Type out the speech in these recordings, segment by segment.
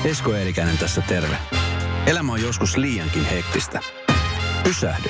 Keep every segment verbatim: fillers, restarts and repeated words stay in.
Esko Eerikäinen tässä terve. Elämä on joskus liiankin hektistä. Pysähdy.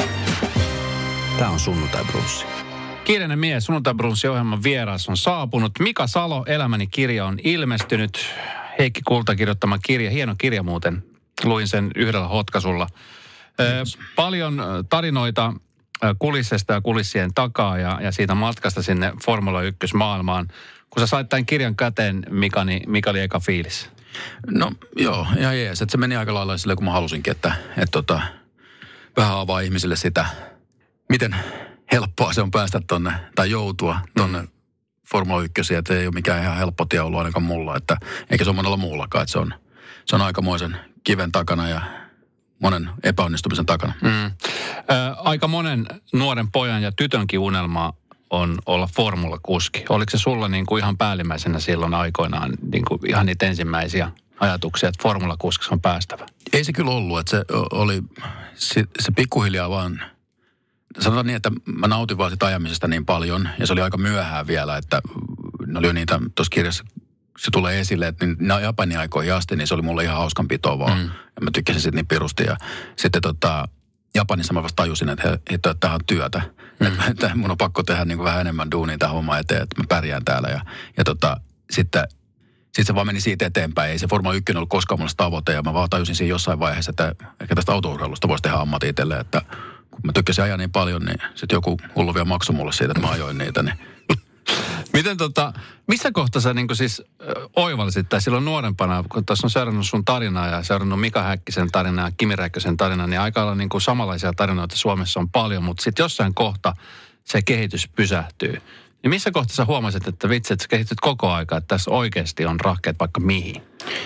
Tää on Sunnuntai Brunssi. Kiireinen mies, Sunnuntai Brunssi-ohjelman vieras on saapunut. Mika Salo, Elämäni kirja on ilmestynyt. Heikki Kulta kirjoittama kirja, hieno kirja muuten. Luin sen yhdellä hotkasulla. Yes. Paljon tarinoita kulissesta ja kulissien takaa ja, ja siitä matkasta sinne Formula yksi maailmaan. Kun sä sait tämän kirjan käteen, Mika, niin mikä oli eka fiilis? No joo, ihan jees. Että se meni aika lailla silleen, kun mä halusinkin, että, että tota, vähän avaa ihmisille sitä, miten helppoa se on päästä tonne, tai joutua tonne mm. Formula yksi, että ei ole mikään ihan helppo tie ollut ainakaan mulla, että eikä se ole monella muullakaan, että se on, se on aikamoisen kiven takana ja monen epäonnistumisen takana. Mm. Ö, aika monen nuoren pojan ja tytönkin unelma on olla formulakuski. Oliko se sulla niin kuin ihan päällimmäisenä silloin aikoinaan niin kuin ihan niitä ensimmäisiä ajatuksia, että formulakuskiksi on päästävä? Ei se kyllä ollut, että se oli, se, se pikkuhiljaa vaan, sanotaan niin, että mä nautin vaan sitä ajamisesta niin paljon, ja se oli aika myöhään vielä, että ne oli jo niitä, tuossa kirjassa se tulee esille, että Japanin aikoihin asti, niin se oli mulle ihan hauskanpitoa vaan. Mm. Ja mä tykkäsin sitten niin pirusti, ja sitten tota, Japanissa mä vasta tajusin, että he, että tähän on työtä. Mm. Että, että mun on pakko tehdä niin kuin vähän enemmän duunia tähän hommaan eteen, että mä pärjään täällä. Ja, ja tota, sitten, sitten se vaan meni siitä eteenpäin. Ei se Formula yksi ollut koskaan mulle tavoite. Ja mä vaan tajusin siinä jossain vaiheessa, että ehkä tästä autourheilusta voisi tehdä ammatti itselle. Että kun mä tykkäsin ajaa niin paljon, niin sitten joku hullu vielä maksoi mulle siitä, että mä ajoin niitä. Niin. Miten tota, missä kohtaa sä niin kuin siis oivallisit, tai silloin nuorempana, kun tuossa on seurannut sun tarinaa ja seurannut Mika Häkkisen tarinaa ja Kimi Räikkösen tarinaa, niin aika lailla niin kuin samanlaisia tarinoita Suomessa on paljon, mutta sitten jossain kohta se kehitys pysähtyy. Niin missä kohtaa sä huomasit, että vitsi, että sä kehityt koko aika, että tässä oikeasti on rahkeet vaikka mihin?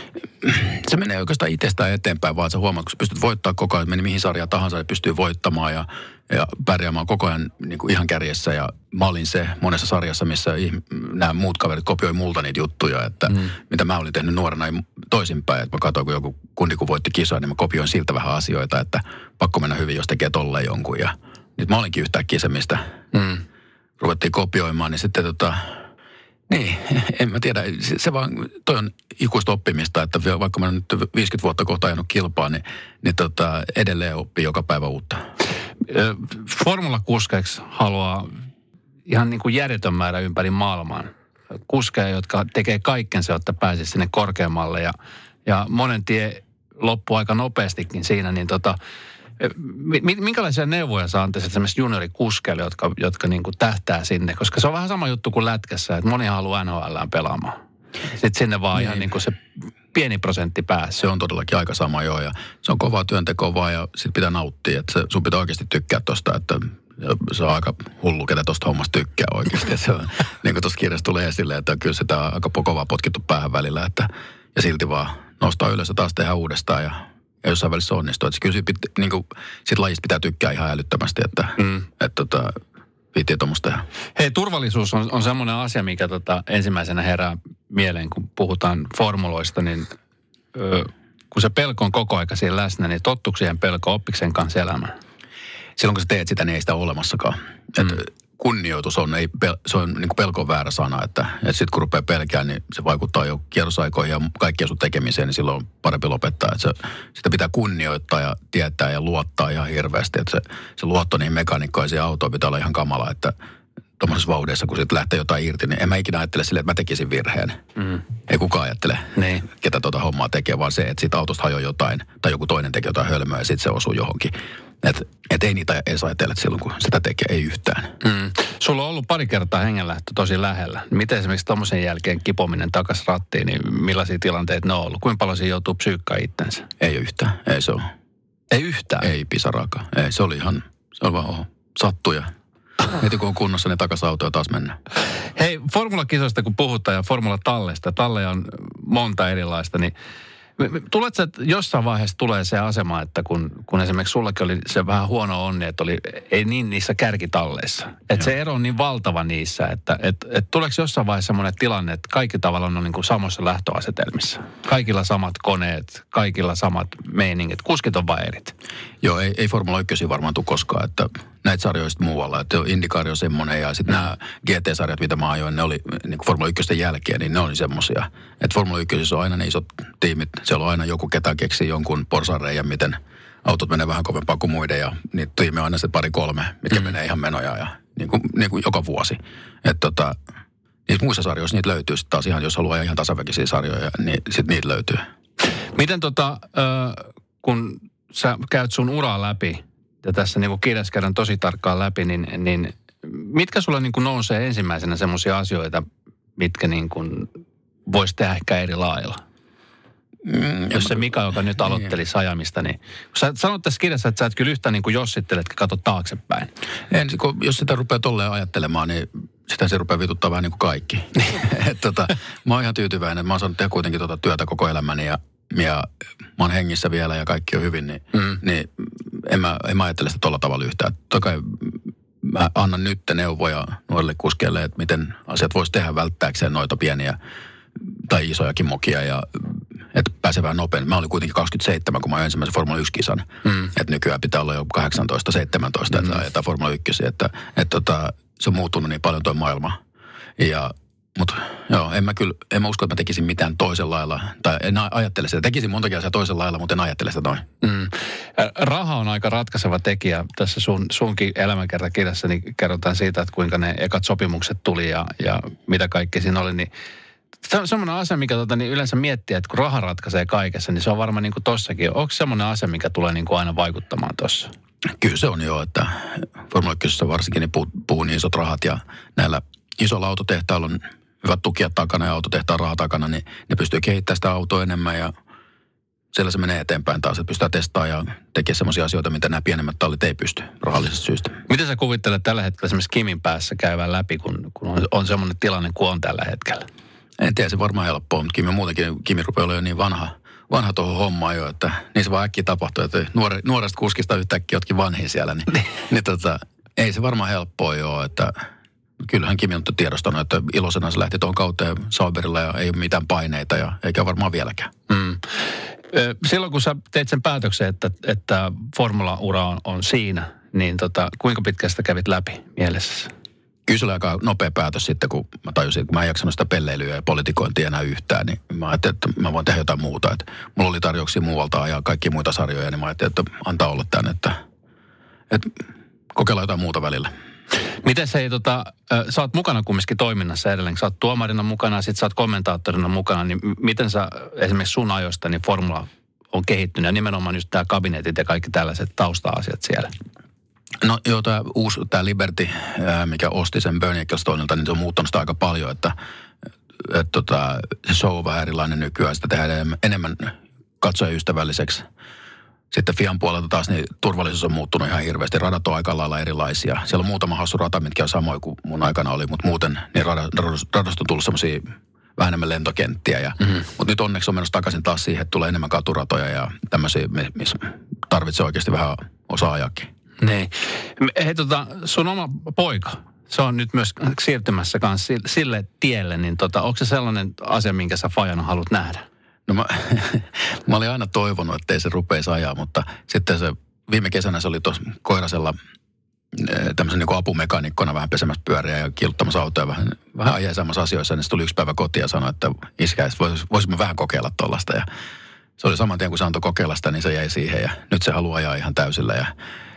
Se menee oikeastaan itsestään eteenpäin, vaan sä huomaat, kun sä pystyt voittamaan koko ajan, meni mihin sarjaan tahansa, niin pystyy voittamaan ja, ja pärjäämään koko ajan niin kuin ihan kärjessä. Ja mä olin se monessa sarjassa, missä nämä muut kaverit kopioi multa niitä juttuja, että mm. mitä mä olin tehnyt nuorena toisinpäin. Että mä katsoin, kun joku kundi kun voitti kisoa, niin mä kopioin siltä vähän asioita, että pakko mennä hyvin, jos tekee tolleen jonkun. Ja nyt mä olinkin yhtäkkiä se, mistä mm. ruvettiin kopioimaan, niin sitten tota... Niin, en mä tiedä. Se, se vaan, toi on ikuista oppimista, että vaikka mä nyt viisikymmentä vuotta kohta ajanut kilpaa, niin, niin tota, edelleen oppii joka päivä uutta. Formulakuskeiksi haluaa ihan niin kuin järjetön määrä ympäri maailman kuskeja, jotka tekee kaikkensa, jotta pääsisi sinne korkeammalle. Ja, ja monen tie loppuu aika nopeastikin siinä, niin tota... Minkälaisia neuvoja sä antaisit esimerkiksi juniorikuskeille, jotka, jotka niin kuin tähtää sinne? Koska se on vähän sama juttu kuin lätkässä, että moni haluaa N H L:ään pelaamaan. Sitten sinne vaan niin. Ihan niin kuin se pieni prosentti pääsee. Se on todellakin aika sama joo, ja se on kovaa työntekoa vaan, ja sit pitää nauttia. Että se, sun pitää oikeasti tykkää tosta, että se on aika hullu, ketä tosta hommasta tykkää oikeasti. Se on, niin kuin tuossa kirjassa tulee esille, että kyllä sitä on aika kovaa potkittu päähän välillä, että, ja silti vaan nostaa ylös ja taas tehdään uudestaan, ja ja jossain välissä onnistuu. Että kyllä siitä, pit, niin kuin, siitä lajista pitää tykkää ihan älyttömästi, että mm. et, tota, viittii tuommoista tehdä. Hei, turvallisuus on, on semmoinen asia, mikä tota, ensimmäisenä herää mieleen, kun puhutaan formuloista, niin ö, kun se pelko on koko aika siinä läsnä, niin tottuuko siihen pelko, oppiko sen kanssa elämään? Silloin kun sä teet sitä, niin ei sitä ole olemassakaan. Mm. Et, kunnioitus on, ei, se on niin kuin pelko väärä sana, että, että sitten kun rupeaa pelkään, niin se vaikuttaa jo kierrosaikoihin ja kaikkien sun tekemiseen, niin silloin on parempi lopettaa. Että se, sitä pitää kunnioittaa ja tietää ja luottaa ihan hirveästi, että se, se luotto niihin mekaanikkoihin ja siihen autoon pitää olla ihan kamala, että tuommoisessa vauhdissa, kun siitä lähtee jotain irti, niin en mä ikinä ajattele silleen, että mä tekisin virheen. Mm. Ei kukaan ajattele, niin. Ketä tuota hommaa tekee, vaan se, että siitä autosta hajoaa jotain tai joku toinen tekee jotain hölmöä ja sitten se osuu johonkin. Että et ei niitä edes ajatella silloin, kun sitä tekee, ei yhtään. Mm. Sulla on ollut pari kertaa hengenlähtö tosi lähellä. Miten esimerkiksi tommosen jälkeen kipominen takas rattiin, niin millaisia tilanteita ne on ollut? Kuinka paljon siinä joutuu psyykkää itsensä? Ei ole yhtään, ei se ole. Ei yhtään? Ei pisaraakaan. Ei, se oli ihan, se oli vaan oho, sattuja. Heti kun on kunnossa, niin takas autoa taas mennään. Hei, formulakisoista kun puhutaan ja formulatalleista, talleja on monta erilaista, niin tuletko, että jossain vaiheessa tulee se asema, että kun, kun esimerkiksi sullakin oli se vähän huono onni, että oli ei niin niissä kärkitalleissa. Että se ero on niin valtava niissä, että et, et tuleeko jossain vaiheessa semmoinen tilanne, että kaikki tavallaan on niin kuin samassa lähtöasetelmissa. Kaikilla samat koneet, kaikilla samat meiningit, kuskit on vain erit. Joo, ei, ei Formula yksi varmaan tule koskaan, että näitä sarjoista muualla. Että IndyCar on semmoinen ja sitten mm. nämä G T-sarjat, mitä mä ajoin, ne oli niin kuin Formula yksi jälkeen, niin ne oli semmoisia. Että Formula yksi on aina ne isot tiimit. Siellä on aina joku, ketä keksii jonkun porsareijan, miten autot menee vähän kovempaa kuin muiden. Ja niitä tiimejä on aina se pari kolme, mitkä mm. menee ihan menoja ja niin kuin, niin kuin joka vuosi. Että tota, niissä muissa sarjoissa niitä löytyy sitten taas ihan, jos haluaa ihan tasaväkisiä sarjoja, niin sitten niitä löytyy. Miten tota, äh, kun sä käyt sun uraa läpi, ja tässä niin kuin kirjassa käydään tosi tarkkaan läpi, niin, niin mitkä sulla niin kuin nousee ensimmäisenä semmoisia asioita, mitkä niin kuin voisi tehdä ehkä eri lailla? Mm, Jos se Mika, joka nyt aloitteli niin. ajamista, niin sä sanot tässä kirjassa, että sä et kyllä yhtään niin kuin jossittele, etkä katso taaksepäin. Ensin, kun jos sitä rupeaa tolleen ajattelemaan, niin sitä se rupeaa vituttaa vähän niin kuin kaikki. Et tota, mä oon ihan tyytyväinen, mä oon saanut tehdä kuitenkin tuota työtä koko elämäni ja, ja mä oon hengissä vielä ja kaikki on hyvin, niin, mm. niin en, mä, en mä ajattele sitä tolla tavalla yhtään. Toki mä annan nyt neuvoja nuorille kuskeille, että miten asiat voisi tehdä välttääkseen noita pieniä tai isojakin mokia ja että pääsee vähän nopein. Mä olin kuitenkin kaksikymmentäseitsemän, kun mä olin ensimmäisen Formula yksi-kisan. Mm. Että nykyään pitää olla jo kahdeksantoista seitsemäntoista, mm. että ajetaan Formula yksi. Että, että tota, se on muuttunut niin paljon tuo maailma. Ja, mutta joo, en mä kyllä, en mä usko, että mä tekisin mitään toisella lailla. Tai en ajattele sitä. Tekisin montakin asiaa toisella lailla, mutta en ajattele sitä noin. Mm. Raha on aika ratkaiseva tekijä. Tässä sun, sunkin elämänkertakirjassa niin kerrotaan siitä, että kuinka ne ekat sopimukset tuli ja, ja mitä kaikki siinä oli, niin se on semmoinen asia, mikä tota, niin yleensä miettii, että kun raha ratkaisee kaikessa, niin se on varmaan niin kuin tossakin. Onko semmoinen asia, mikä tulee niin kuin aina vaikuttamaan tossa? Kyllä se on jo, että Formula yksi varsinkin niin puhuu, puhuu niin isot rahat ja näillä isolla autotehtailla on hyvät tukijat takana ja autotehtaan raha takana, niin ne pystyy kehittämään sitä autoa enemmän ja siellä se menee eteenpäin taas, että pystytään testaamaan ja tekemään semmoisia asioita, mitä nämä pienemmät tallit ei pysty rahallisesta syystä. Miten sä kuvittelet tällä hetkellä esimerkiksi Kimin päässä käyvän läpi, kun, kun on, on semmoinen tilanne kuin on tällä hetkellä? En tiedä, se varmaan helppoa, mutta Kimi muutenkin, Kimi rupeaa olla jo niin vanha, vanha tuohon hommaan jo, että niin se vaan äkkiä tapahtuu, että nuore, nuoresta kuskista yhtäkkiä jotkin vanhin siellä, niin, niin tota, ei se varmaan helppoa jo, että kyllähän Kimi on tiedostanut, että iloisena se lähti tuon kauteen Sauberilla ja ei ole mitään paineita ja eikä varmaan vieläkään. Mm. Silloin kun sä teit sen päätöksen, että, että formula-ura on, on siinä, niin tota, kuinka pitkään sitä kävit läpi mielessäsi? Kyllä se oli aika nopea päätös sitten, kun mä tajusin, että kun mä en jaksanut sitä pelleilyä ja politikointia enää yhtään, niin mä ajattelin, että mä voin tehdä jotain muuta. Että mulla oli tarjouksia muualta ja kaikki muita sarjoja, niin mä ajattelin, että antaa olla tänne, että, että kokeillaan jotain muuta välillä. Miten se ei, tota, sä oot mukana kumminkin toiminnassa edelleen, sä oot tuomarina mukana ja sit sä oot kommentaattorina mukana, niin miten sä esimerkiksi sun ajoista, niin formula on kehittynyt ja nimenomaan just tää kabinetit ja kaikki tällaiset tausta-asiat siellä? No joo, tämä uusi, tämä Liberty, mikä osti sen Bernie Ecclestonelta, niin se on muuttanut sitä aika paljon, että et, tota, se show on vähän erilainen nykyään, sitä tehdään enemmän, enemmän katsojaystävälliseksi. Sitten Fian puolelta taas niin turvallisuus on muuttunut ihan hirveästi, radat on aika lailla erilaisia. Siellä on muutama hassu rata, mitkä on samoin kuin mun aikana oli, mutta muuten niin radasta on tullut semmoisia vähän enemmän lentokenttiä. Ja, mm-hmm. Mutta nyt onneksi on menossa takaisin taas siihen, että tulee enemmän katuratoja ja tämmöisiä, missä tarvitsee oikeasti vähän osaajakin. Niin. Hei tota, sun oma poika, se on nyt myös siirtymässä kanssa sille tielle, niin tota, onko se sellainen asia, minkä sä fajana haluat nähdä? No mä, mä olin aina toivonut, ettei se rupeisi ajaa, mutta sitten se viime kesänä se oli tuossa Koirasella tämmöisen niin kuin apumekanikkona vähän pesemässä pyöriä ja kiluttamassa autoja vähän, vähän ajeisemmassa asioissa, niin se tuli yksi päivä kotiin ja sanoi, että iskä, vois, voisimme vähän kokeilla tuollaista. Ja se oli saman tien, kun se antoi kokeilla sitä, niin se jäi siihen ja nyt se haluaa ajaa ihan täysillä ja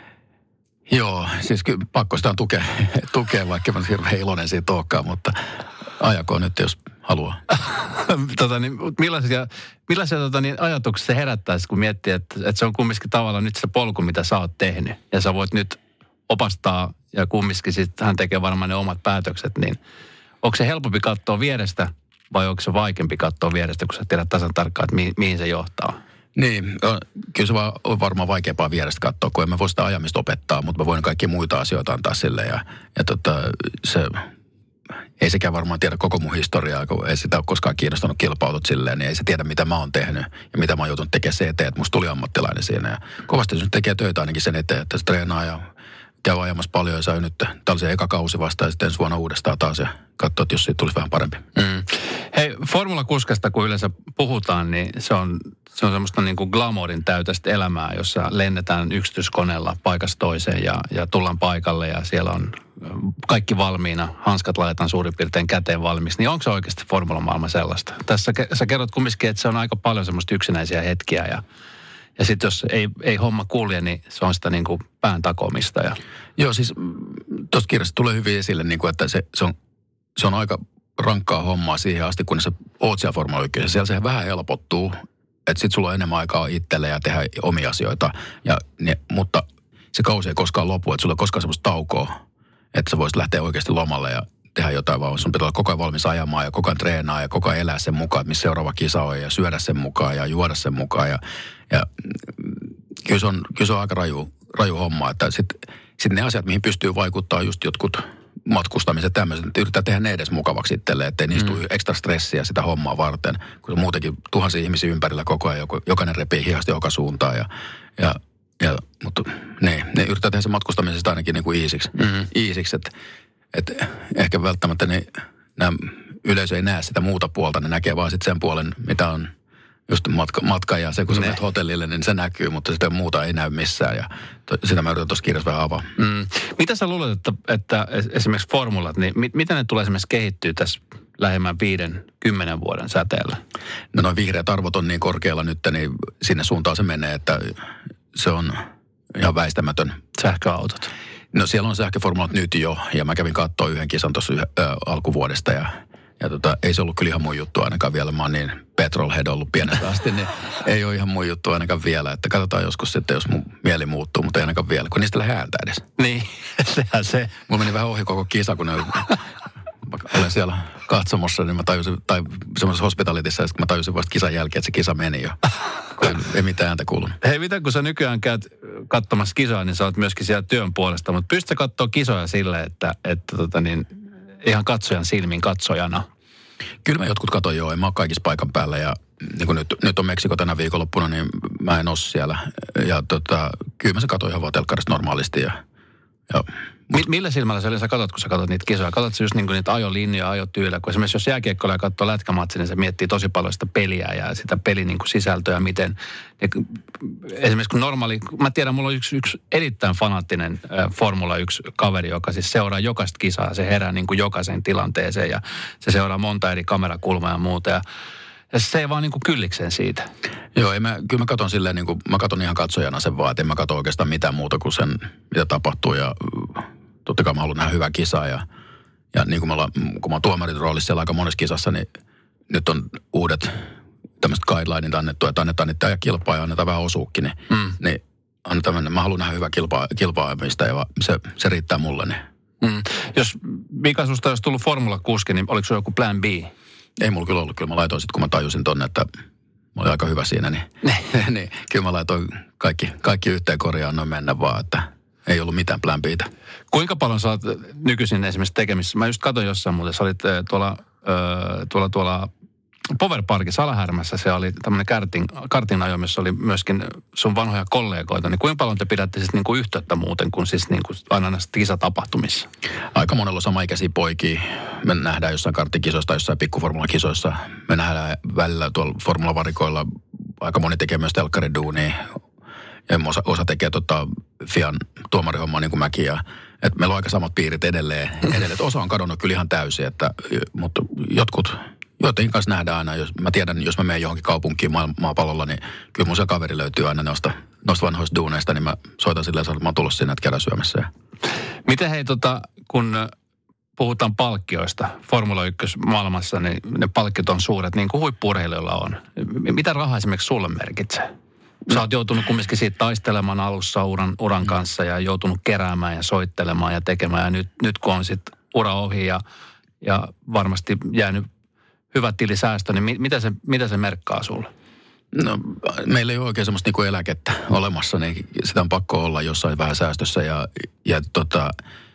joo, siis kyllä pakko sitä on tukea, tukea vaikka mä hirveän iloinen siitä olekaan, mutta ajakoon nyt, jos haluaa. tota, niin, millaisia millaisia tota, niin, ajatuksia se herättäisi, kun miettii, että, että se on kumminkin tavallaan nyt se polku, mitä sä oot tehnyt. Ja sä voit nyt opastaa ja kumminkin sitten hän tekee varmaan ne omat päätökset, niin onko se helpompi katsoa vierestä vai onko se vaikeampi katsoa vierestä, kun sä tiedät tasan tarkkaan, että mihin, mihin se johtaa? Niin, kyllä se on varmaan vaikeampaa vierestä katsoa, kun en mä voi sitä ajamista opettaa, mutta mä voin kaikkia muita asioita antaa sille. Ja, ja tota, se, ei sekään varmaan tiedä koko mun historiaa, kun ei sitä ole koskaan kiinnostanut kilpautot silleen, niin ei se tiedä, mitä mä oon tehnyt ja mitä mä oon joutunut tekemään sen eteen, että musta tuli ammattilainen siinä. Ja kovasti se nyt tekee töitä ainakin sen eteen, että se treenaa ja käy ajamassa paljon ja sai nyt tällaisen eka kausi vasta ja sitten ensi vuonna uudestaan taas ja katsoa, että jos siitä tulisi vähän parempi. Mm. Hei, formulakuskasta kun yleensä puhutaan, niin se on se on semmoista niin kuin glamourin täytäistä elämää, jossa lennetään yksityiskoneella paikasta toiseen ja, ja tullaan paikalle ja siellä on kaikki valmiina, hanskat laitetaan suurin piirtein käteen valmiiksi. Niin onko se oikeasti formulamaailma sellaista? Tässä sä kerrot kumminkin, että se on aika paljon semmoista yksinäisiä hetkiä ja Ja sitten jos ei, ei homma kulje, niin se on sitä niin kuin pään takomista. Ja... Joo, siis tuossa kirjassa tulee hyvin esille, niin kuin, että se, se, on, se on aika rankkaa hommaa siihen asti, kun sä oot siellä Formula yksi. Siellä se vähän helpottuu, että sit sulla on enemmän aikaa itselle ja tehdä omia asioita. Ja, ne, mutta se kausi ei koskaan lopu, että sulla ei koskaan semmoista taukoa, että sä voisit lähteä oikeasti lomalle ja tehdä jotain, vaan sun pitää olla koko ajan valmis ajamaan ja koko ajan treenaa ja koko ajan elää sen mukaan, että missä seuraava kisa on ja syödä sen mukaan ja juoda sen mukaan. Ja, ja kyllä, se on, kyllä se on aika raju, raju homma, että sitten sit ne asiat, mihin pystyy vaikuttaa just jotkut matkustamiset tämmöiset, että yritetään tehdä ne edes mukavaksi itselleen, ettei niistä tule ekstra stressiä sitä hommaa varten, kun on muutenkin tuhansia ihmisiä ympärillä koko ajan, jokainen repii hihasta joka suuntaan ja, ja Ja, mutta ne, ne yrittää tehdä se matkustamisesta ainakin niin kuin iisiksi. Mm-hmm. Iisiksi, että et ehkä välttämättä ne, nämä yleisö ei näe sitä muuta puolta, ne näkee vaan sitten sen puolen, mitä on just matka, matka ja se, kun sä menet hotellille, niin se näkyy, mutta sitä muuta ei näy missään ja to, sitä mä yritän tuossa kirjassa vähän avaa. Mm. Mitä sä luulet, että, että esimerkiksi formulat, niin mit, miten ne tulee esimerkiksi kehittyä tässä lähemmän viiden, kymmenen vuoden säteellä? No noin vihreät arvot on niin korkealla nyt, niin sinne suuntaan se menee, että se on ihan väistämätön. Sähköautot. No siellä on sähköformulat nyt jo, ja mä kävin katsoa yhden kisan tuossa äh, alkuvuodesta, ja, ja tota, ei se ollut kyllä ihan mun juttu ainakaan vielä. Mä oon niin petrolhead ollut pienestä asti, niin ei ole ihan mun juttu ainakaan vielä. Että katsotaan joskus sitten, jos mun mieli muuttuu, mutta ei ainakaan vielä, kun niistä lähde ääntä edes. Niin, sehän se. Mulla meni vähän ohi koko kisa, kun ne olen siellä katsomossa, niin mä tajusin, tai semmoisessa hospitalitissa, että mä tajusin vasta kisan jälkeen, että se kisa meni jo. Ei, ei mitään ääntä kuulunut. Hei, mitä kun sä nykyään käyt katsomassa kisoja, niin sä oot myöskin siellä työn puolesta, mutta pystytkö katsoa kisoja silleen, että, että tota niin, ihan katsojan silmin katsojana? Kyllä mä jotkut katon joo, en mä ole kaikissa paikan päällä ja niin kuin nyt, nyt on Meksiko tänä viikonloppuna, niin mä en ole siellä. Ja tota, kyllä mä se katon ihan vaan telkkarista normaalisti ja... ja Mut... Millä silmällä sä yleensä katsot, kun sä katsot niitä kisoja? Katsot sä just niin kuin niitä ajolinjoja, ajotyylejä? Kun esimerkiksi jos jääkiekkoilija katsoo lätkämatsia, niin se miettii tosi paljon sitä peliä ja sitä pelin niin kuin sisältöä, miten... Ja esimerkiksi kun normaali... Mä tiedän, mulla on yksi, yksi erittäin fanaattinen äh, Formula yksi kaveri, joka siis seuraa jokaista kisaa. Se herää niin kuin jokaisen tilanteeseen ja se seuraa monta eri kamerakulmaa ja muuta. Ja, ja se ei vaan niin kuin kyllikseen siitä. Joo, ei mä, kyllä mä katon silleen, niin kuin, mä katon ihan katsojana sen vaan, että en mä katso oikeastaan mitään muuta kuin sen, mitä tapahtuu ja... Totta kai mä haluan nähdä hyvää kisaa ja, ja niin kuin me ollaan, kun mä oon tuomarin roolissa siellä aika monessa kisassa, niin nyt on uudet tämmöiset guidelineit annettu, että annetaan niitä kilpaa ja annetaan vähän osuukki, niin, mm. niin annetaan, mä haluan nähdä hyvää kilpaa, kilpaamista ja se, se riittää mulle. Niin. Mm. Jos Mika susta olisi tullut Formula kuski, niin oliko se joku plan B? Ei mulla kyllä ollut, kyllä mä laitoin sitten, kun mä tajusin tonne, että mä olin aika hyvä siinä, niin, niin kyllä mä laitoin kaikki, kaikki yhteen korjaan noin mennä vaan, että ei ollut mitään plan B:tä. Kuinka paljon sä oot nykyisin esimerkiksi tekemissä? Mä just katsoin jossain muuten, sä olit tuolla, tuolla, tuolla Power Parkissa Alahärmässä, se oli tämmöinen kartin, kartinajo, missä oli myöskin sun vanhoja kollegoita. Niin kuinka paljon te pidätte siis niinku yhteyttä muuten kuin siis niinku aina näissä kisatapahtumissa? Aika monella on samaikäisiä poikia. Me nähdään jossain karttikisoissa, jossain pikkuformulakisoissa. Me nähdään välillä tuolla formulavarikoilla. Aika moni tekee myös telkkariduunia. Ja osa, osa tekee tota Fian tuomarihommaa niin kuin mäkin. Ja, et meillä on aika samat piirit edelleen. edelleen. Et osa on kadonnut kyllä ihan täysin, että, mutta jotkut, joiden kanssa nähdään aina. Jos, mä tiedän, jos mä menen johonkin kaupunkiin maa, maapallolla, niin kyllä mun se kaveri löytyy aina noista, noista vanhoista duuneista, niin mä soitan silleen, että mä oon tullut sinne, että käydään syömässä. Miten hei, tota, kun puhutaan palkkioista Formula yksi maailmassa, niin ne palkkiot on suuret, niin kuin huippu-urheilijoilla on. Mitä rahaa esimerkiksi sulle merkitsee? Sä oot joutunut kumminkin siitä taistelemaan alussa uran, uran kanssa ja joutunut keräämään ja soittelemaan ja tekemään. Ja nyt, nyt kun on sitten ura ohi ja, ja varmasti jäänyt hyvä tilisäästö, niin mit, mitä, se, mitä se merkkaa sulle? No meillä ei ole oikein semmoista niinku eläkettä olemassa, niin sitä on pakko olla jossain vähän säästössä ja, ja tota,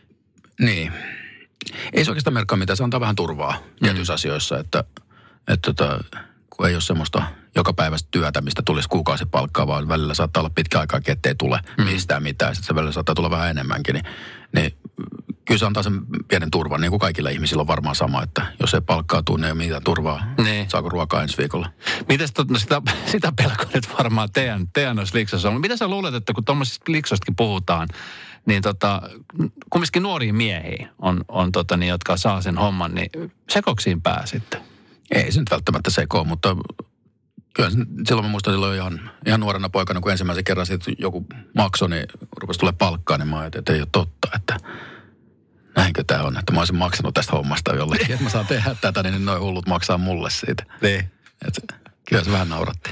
niin. Ei se oikeastaan merkkaa mitään, se antaa vähän turvaa mm. tietyissä asioissa, että, että tota, kun ei ole semmoista joka päivästä työtä, mistä tulisi kuukausipalkkaa, vaan välillä saattaa olla pitkä aikaa, ettei tule mm. mistään mitään. Sitten se välillä saattaa tulla vähän enemmänkin. Niin, niin kyllä se antaa sen pienen turvan, niin kuin kaikilla ihmisillä on varmaan sama, että jos ei palkkaa tunne, ei ole mitään turvaa. Niin. Saako ruokaa ensi viikolla? Mites tot, no sitä, sitä pelkoa nyt varmaan teidän, teidän noissa liksoissa on. Mitä sä luulet, että kun tuommoisista liksoistakin puhutaan, niin tota, kumminkin nuoria miehiä on, on tota, niin, jotka saa sen homman, niin sekoksiin pää sitten? Ei se nyt välttämättä sekoo, mutta kyllä silloin mä muistan silloin ihan, ihan nuorena poikana, kun ensimmäisen kerran sitten joku maksoi, niin rupesi tulee palkkaa, niin mä ajattelin, että ei ole totta, että näinkö tämä on, että mä olisin maksanut tästä hommasta jollekin, että mä saan tehdä tätä, niin noin hullut maksaa mulle siitä. Niin. Et, kyllä se vähän nauratti.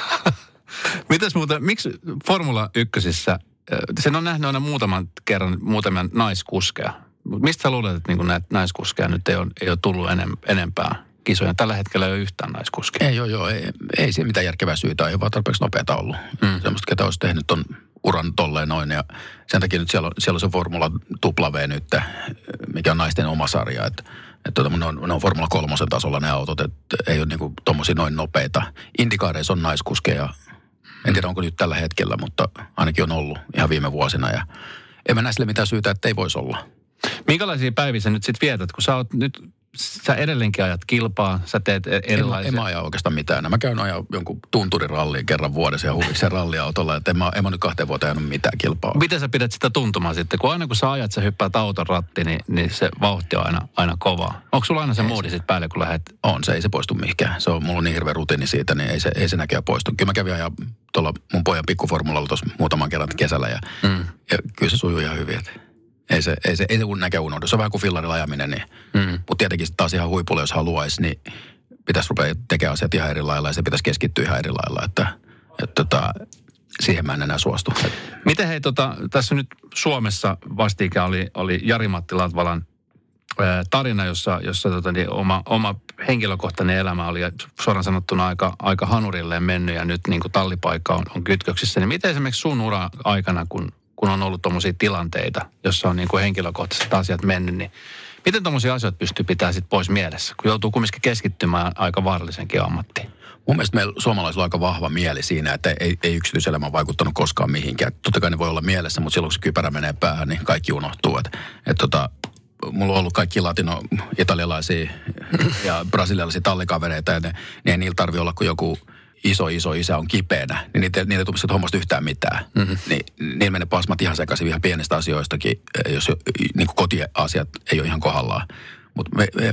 Mitäs muuten, miksi Formula ykkösissä, sen on nähnyt aina muutaman kerran muutamia naiskuskeja. Mistä sä luulet, että niin näitä naiskuskeja nyt ei ole, ei ole tullut enem, enempää kisoja? Tällä hetkellä ei ole yhtään naiskuskeja. Ei, joo, joo, ei, ei siinä mitään järkevää syytä, ei vaan tarpeeksi nopeata ollut. Mm. Semmoista, ketä olisi tehnyt on uran tolleen noin, ja sen takia nyt siellä on, siellä on se Formula W nyt, mikä on naisten oma sarja, että että ne on, ne on Formula kolmosen tasolla ne autot, että ei ole niinku tommosia noin nopeita. Indikaareissa on naiskuskeja, en tiedä onko nyt tällä hetkellä, mutta ainakin on ollut ihan viime vuosina, ja en mä näe sille mitään syytä, että ei voisi olla. Minkälaisia päiviä sä nyt sit vietät, kun sä oot nyt, sä edelleenkin ajat kilpaa, sä teet erilaisia... En, en mä aja oikeastaan mitään. Mä käyn ajaa jonkun tunturiralliin kerran vuodessa ja huvikseen ralliautolla, että en mä, en mä nyt kahteen vuoteen ajanut mitään kilpaa. Miten sä pidät sitä tuntumaa sitten? Kun aina kun sä ajat, sä hyppäät auton ratti, niin, niin se vauhti on aina, aina kovaa. Onko sulla aina se moodi sitten päälle, kun lähdet? On, se ei se poistu mihinkään. Se on, mulla on niin hirveä rutiini siitä, niin ei se, ei se näköjään poistu. Kyllä mä kävin ajaa tuolla mun pojan pikkuformulalla tuossa muutaman kerran kesällä ja, mm. ja kyllä se sujuu ihan hyvin, että... Ei se, ei se, ei se näkään unohdu. Se on vähän kuin fillarilla ajaminen. Niin. Mm. Mutta tietenkin taas ihan huipulle, jos haluaisi, niin pitäisi rupea tekemään asiat ihan eri lailla ja se pitäisi keskittyä ihan eri lailla. Että, että, että siihen mä en enää suostu. Miten hei, tota, tässä nyt Suomessa vastikään oli, oli Jari-Matti Latvalan ää, tarina, jossa, jossa tota, niin oma, oma henkilökohtainen elämä oli suoraan sanottuna aika, aika hanurilleen mennyt ja nyt niin kuin tallipaikka on, on kytköksissä. Niin miten esimerkiksi sun ura aikana, kun kun on ollut tommosia tilanteita, jossa on niin kuin henkilökohtaiset asiat mennyt, niin miten tommosia asioita pystyy pitämään sit pois mielessä, kun joutuu kumminkin keskittymään aika vaarallisenkin ammattiin? Mun mielestä meillä suomalaisilla on aika vahva mieli siinä, että ei, ei yksityiselämä ole vaikuttanut koskaan mihinkään. Totta kai ne voi olla mielessä, mutta silloin kun se kypärä menee päähän, niin kaikki unohtuu. Et, et tota, mulla on ollut kaikki latino-italialaisia ja brasilialaisia tallikavereita, ja ne, ne ei niillä tarvitse olla kuin joku iso, iso isä on kipeänä, niin niitä, niitä ei tule sieltä hommasta yhtään mitään. Mm-hmm. Niin, niillä menee pasmat ihan sekaisin ihan pienistä asioistakin, jos niin kuin kotiasiat ei ole ihan kohdallaan. Mutta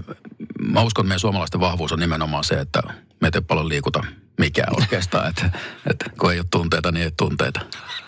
mä uskon, että meidän suomalaisten vahvuus on nimenomaan se, että me ei paljon liikuta mikään oikeastaan. Että et, kun ei ole tunteita, niin ei ole tunteita.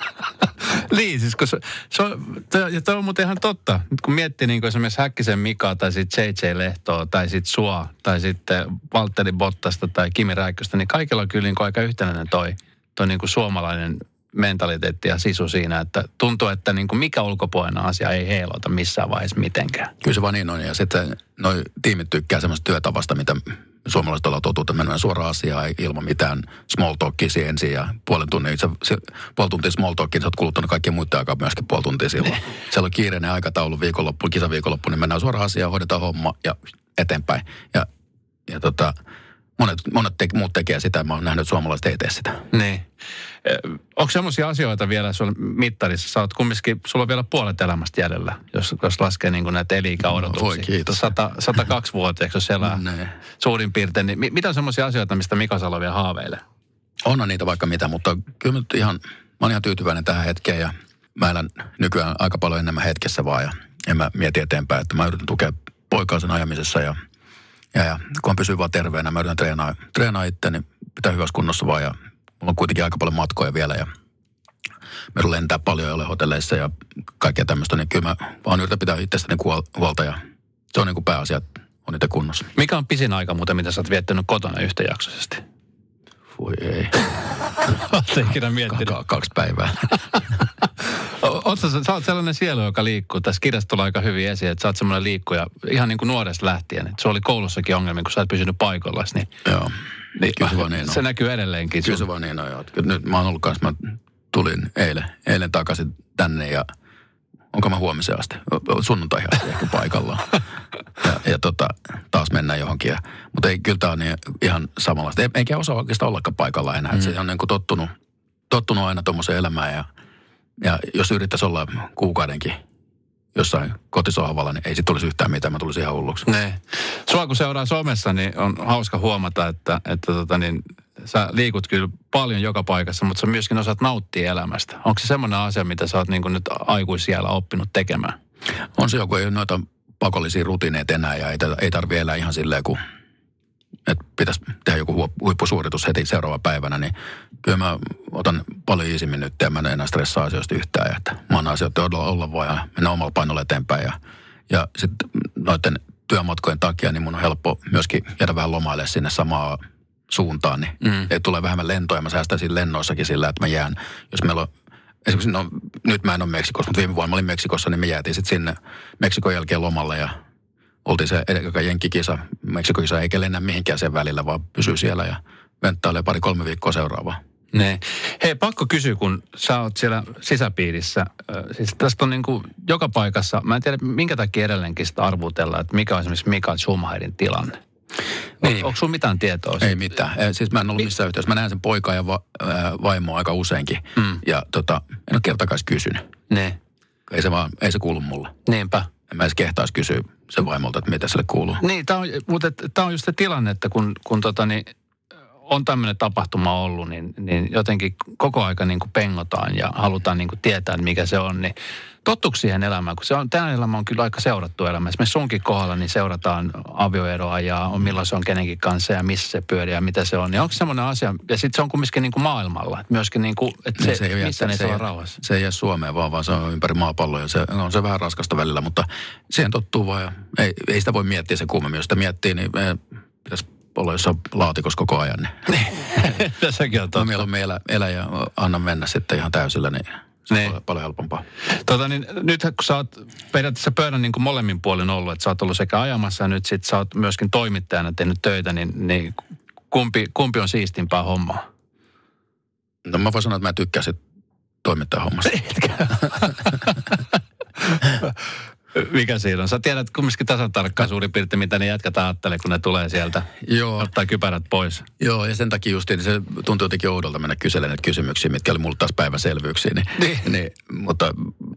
Niin, siis kun se, se on, ja toi on muuten ihan totta. Nyt kun miettii niin kuin esimerkiksi Häkkisen Mikaa tai sitten J J Lehtoa tai sitten sua tai sitten Valtteri Bottasta tai Kimi Räikköstä, niin kaikilla on kyllä niin kuin aika yhtenäinen toi, toi niin kuin suomalainen mentaliteetti ja sisu siinä, että tuntuu, että niin kuin mikä ulkopuolinen asia ei heilota missään vaiheessa mitenkään. Kyllä se vaan niin on, ja sitten noi tiimit tykkää semmoista työtavasta, mitä suomalaiset ollaan totuttu, että mennään suoraan asiaan ilman mitään small talkia ensin ja puolen tunnin, itse, se, puoli tuntia small talkia, sä oot kuluttanut kaikkien muiden aikaa myöskin puoli tuntia silloin. Siellä on kiireinen aikataulu viikonloppu, kisaviikonloppu, niin mennään suoraan asiaan, hoidetaan homma ja eteenpäin. Ja, ja tota, monet, monet te, muut tekee sitä, mä oon nähnyt, että suomalaiset ei tee sitä. Niin. Onko semmoisia asioita vielä sulla mittarissa? Sä oot kumminkin, sulla on vielä puolet elämästä jäljellä, jos, jos laskee niin kuin näitä eli-ikäodotuksia. No, voi kiitos. sata kaksi vuotiaaksi, jos elää no, suurin piirtein. Niin mitä on semmoisia asioita, mistä Mika Salo vielä haaveilee? Onhan niitä vaikka mitä, mutta kyllä mä, ihan, mä oon ihan tyytyväinen tähän hetkeen ja mä elän nykyään aika paljon enemmän hetkessä vaan ja en mä mieti eteenpäin, että mä yritän tukea poikaa sen ajamisessa ja, ja, ja kun pysyy vaan terveenä, mä yritän treenaa, treenaa itteni, pitää hyvässä kunnossa vaan ja mulla on kuitenkin aika paljon matkoja vielä ja me lentää paljon ja olen hotelleissa ja kaikkea tämmöistä, niin kyllä mä vaan yritän pitää itsestäni huolta ja se on niin kuin pääasia, on niitä kunnossa. Mikä on pisin aika muuten, mitä sä oot viettänyt kotona yhtäjaksoisesti? Voi ei. Oletko ikinä miettinyt? K- kaksi päivää. Oletko sä, sä oot sellainen sielu, joka liikkuu. Tässä kirjassa tulee aika hyvin esiin, että sä oot semmoinen liikkuja ihan niin kuin nuoresta lähtien. Että se oli koulussakin ongelmia, kun sä et pysynyt paikoillasi. Niin, joo. Niin, kyllä se vaan niin on. Se näkyy edelleenkin. Kyllä se vaan niin on, joo. Nyt mä oon ollut kanssa, mä tulin eilen, eilen takaisin tänne ja onko mä huomiseen asti? Sunnuntaihin asti ehkä paikallaan. Ja, ja tota, taas mennään johonkin. Ja, mutta ei, kyllä tää on niin, ihan samanlaista. Eikä osaa oikeastaan ollakaan paikallaan enää. Mm. Se on niin kuin tottunut, tottunut aina tuommoiseen elämään. Ja, ja jos yrittäisi olla kuukaudenkin jossain kotisohvalla, niin ei sit tulisi yhtään mitään, mä tulisin ihan hulluksi. Ne. Sua kun seuraa somessa, niin on hauska huomata, että, että tota niin, sä liikut kyllä paljon joka paikassa, mutta sä myöskin osaat nauttia elämästä. Onko se semmoinen asia, mitä sä oot niin kuin nyt aikuisiällä oppinut tekemään? On se joku, ei ole noita pakollisia rutiineita enää ja ei, ei tarvitse elää ihan silleen, kun että pitäisi tehdä joku huippusuoritus heti seuraava päivänä, niin kyllä mä otan paljon iisimmin nyt ja mä en enää stressaa asioista yhtään. Että mä annan asioita olla, olla vaan ja mennä omalla painolla eteenpäin. Ja, ja sitten noiden työmatkojen takia niin mun on helppo myöskin jäädä vähän lomaille sinne samaan suuntaan. Niin mm. ei tule vähemmän lentoja. Mä säästän siinä lennoissakin sillä, että mä jään, jos meillä on esimerkiksi, no nyt mä en ole Meksikossa, mutta viime vuonna mä olin Meksikossa, niin me jäätiin sitten sinne Meksikon jälkeen lomalle ja oltiin se edellä jenkkikisa, Meksikokisa, eikä lennä mihinkään sen välillä, vaan pysyy siellä ja venttailee pari-kolme viikkoa seuraavaa. Ne. Hei, pakko kysyä, kun sä oot siellä sisäpiirissä. Siis tästä on niin kuin joka paikassa, mä en tiedä minkä takia edelleenkin sitä arvutellaan, että mikä on esimerkiksi Mikael Schumacherin tilanne. Niin. On, onko sulla mitään tietoa siitä? Ei mitään. Siis mä en ollut missään yhteydessä. Mä näen sen poikaa ja va- vaimoa aika useinkin. Mm. Ja tota, en ole kertakaan kysynyt. Ne. Ei se vaan, ei se kuulu mulle. Niinpä. En mä edes kehtaisi kysyä sen vaimolta, että mitä sille kuuluu. Niin, tää on, mutta tämä on just se tilanne, että kun, kun tota, niin, on tämmöinen tapahtuma ollut, niin, niin jotenkin koko aika niin kuin pengotaan ja halutaan niin kuin tietää, mikä se on. Niin tottuuko siihen elämään, kun se on, tämä elämä on kyllä aika seurattu elämä. Esimerkiksi sunkin kohdalla niin seurataan avioeroa ja on, milloin se on kenenkin kanssa ja missä se pyörii ja mitä se on. Niin onko semmoinen asia, ja sitten se on kumminkin niin kuin maailmalla, että myöskin niin kuin, että se, se missä ne saa rauhassa. Se ei jää Suomeen vaan, vaan se on ympäri maapalloa ja se on se vähän raskasta välillä, mutta siihen tottuu vaan ja ei, ei sitä voi miettiä se kummemmin. Jos sitä miettii, niin pitäisi olla jossain laatikossa koko ajan. Niin. Tässäkin on totta. No mieluummin elä, elä ja anna mennä sitten ihan täysillä, niin se on niin. Paljon helpompaa. Tota niin, nyt kun sä oot periaatteessa pöydän niin kuin molemmin puolin ollut, että sä oot ollut sekä ajamassa ja nyt sit sä oot myöskin toimittajana tehnyt töitä, niin, niin kumpi, kumpi on siistimpää hommaa? No mä voin sanoa, että mä tykkään sit toimittajan hommasta. Etkä? Mikä siinä on? Sä tiedät kumminkin tasan tarkkaan suurin piirtein, mitä ne jätkät ajattelee, kun ne tulee sieltä. Joo. Ottaa kypärät pois. Joo, ja sen takia justiin se tuntui jotenkin oudolta mennä kyselemään näitä kysymyksiä, mitkä oli mulle taas päiväselvyyksiä. Niin, niin. niin mutta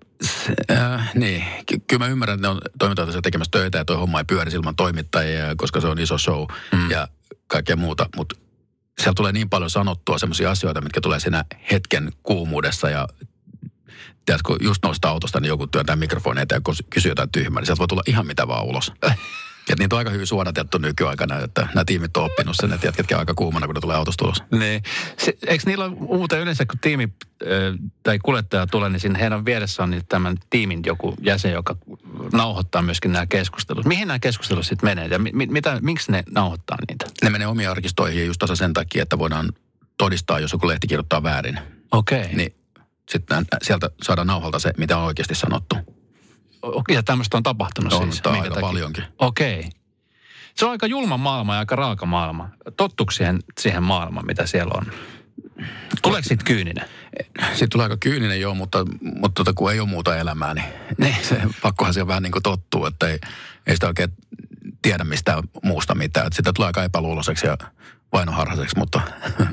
äh, niin, Ky- kyllä mä ymmärrän, että ne on toimittajat tekemässä töitä ja toi homma ei pyöri ilman toimittajia, koska se on iso show mm. ja kaikkea muuta. Mutta siellä tulee niin paljon sanottua semmoisia asioita, mitkä tulee siinä hetken kuumuudessa ja tiedätkö, kun just noista autosta, niin joku työntää mikrofonia ja kysyy jotain tyhmää, niin sieltä voi tulla ihan mitä vaan ulos. Ja niitä on aika hyvin suodatettu nykyaikana, että nämä tiimit on oppinut sen, että jätketkin on aika kuumana, kun ne tulee autosta ulos. Niin. Se, eikö niillä ole muuten yleensä, kun tiimi äh, tai kuljettaja tulee, niin siinä heidän vieressä on niin tämän tiimin joku jäsen, joka nauhoittaa myöskin nämä keskustelut. Mihin nämä keskustelut sitten menee ja mi, mitä, miksi ne nauhoittaa niitä? Ne menee omiin arkistoihin just tasa sen takia, että voidaan todistaa, jos joku lehti kirjoittaa väärin. Okei. Okay. Niin sitten sieltä saadaan nauhalta se, mitä on oikeasti sanottu. Ja tämmöistä on tapahtunut on, siis? On aika takia? Paljonkin. Okei. Okay. Se on aika julma maailma ja aika raaka maailma. Tottuuko siihen, siihen maailmaan, mitä siellä on? Tuleeko siitä kyyninen? Siitä tulee aika kyyninen joo, mutta, mutta tota, kun ei ole muuta elämää, niin, niin se, pakkohan se vähän niin kuin tottuu, että ei, ei sitä oikein tiedä mistään muusta mitään. Että sitä tulee aika epäluuloiseksi ja vainoharhaiseksi, mutta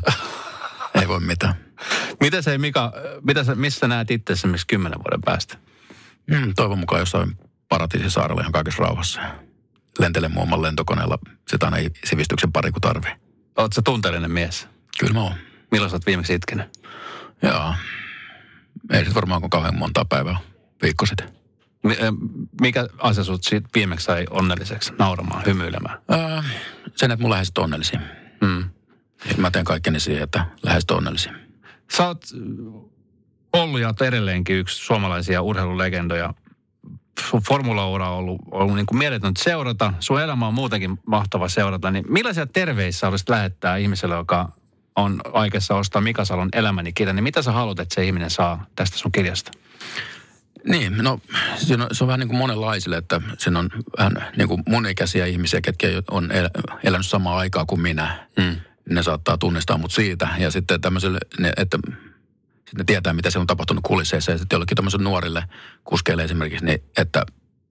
ei voi mitään. Miten se, Mika, mitä sä, missä näet itse esimerkiksi kymmenen vuoden päästä? Mm, toivon mukaan jossain Paratiisisaarella ihan kaikessa rauhassa. Lentelen muun muassa lentokoneella. Sitä aina ei sivistyksen pari kun tarvii. Oletko sä tunteellinen mies? Kyllä mä oon. Milloin sä oot viimeksi itkenyt? Joo. Ei sit varmaan kuin kauhean montaa päivää viikko sitten. Mikä asia sut siitä viimeksi sai onnelliseksi, nauramaan, hymyilemään? Äh, sen, että mun läheiset on onnellisia. Mm. Mä teen kaikkeni siihen, että läheiset on onnellisia. Sä oot ollut ja edelleenkin yksi suomalaisia urheilulegendoja. Sun formula-ura on ollut, ollut niin kuin mieletöntä seurata. Sun elämä on muutenkin mahtava seurata. Niin millaisia terveisiä olisit lähettää ihmiselle, joka on aikeissa ostaa Mika Salon Elämäni kirja? Niin mitä sä haluat, että se ihminen saa tästä sun kirjasta? Niin, no se on, se on vähän niin kuin monenlaisille, että siinä on vähän niin kuin mun ikäisiä ihmisiä, ketkä on el, elänyt samaa aikaa kuin minä. Mm. Ne saattaa tunnistaa mut siitä. Ja sitten tämmöiselle, että sitten ne tietää, mitä siellä on tapahtunut kulisseissa. Ja sitten jollekin tämmöiselle nuorille kuskeille esimerkiksi, niin että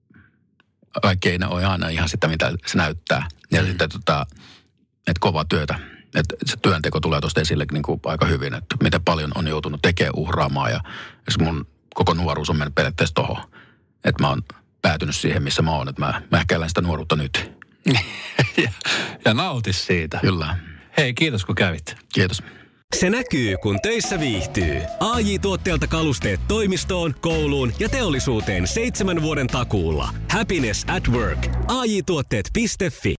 kaikki ei ole aina ihan sitä, mitä se näyttää. Ja mm. sitten, tota, että kovaa työtä. Että se työnteko tulee tuosta esille niin kuin aika hyvin, että miten paljon on joutunut tekemään uhraamaan. Ja mun koko nuoruus on mennyt periaatteessa tohon. että mä oon päätynyt siihen, missä mä oon. Että mä, mä ehkä elän sitä nuoruutta nyt. ja, ja nautis siitä. Kyllä. Hei, kiitos kun kävit. Kiitos. Se näkyy, kun töissä viihtyy. A J-tuotteelta kalusteet toimistoon, kouluun ja teollisuuteen seitsemän vuoden takuulla. Happiness at work. A J tuotteet piste fi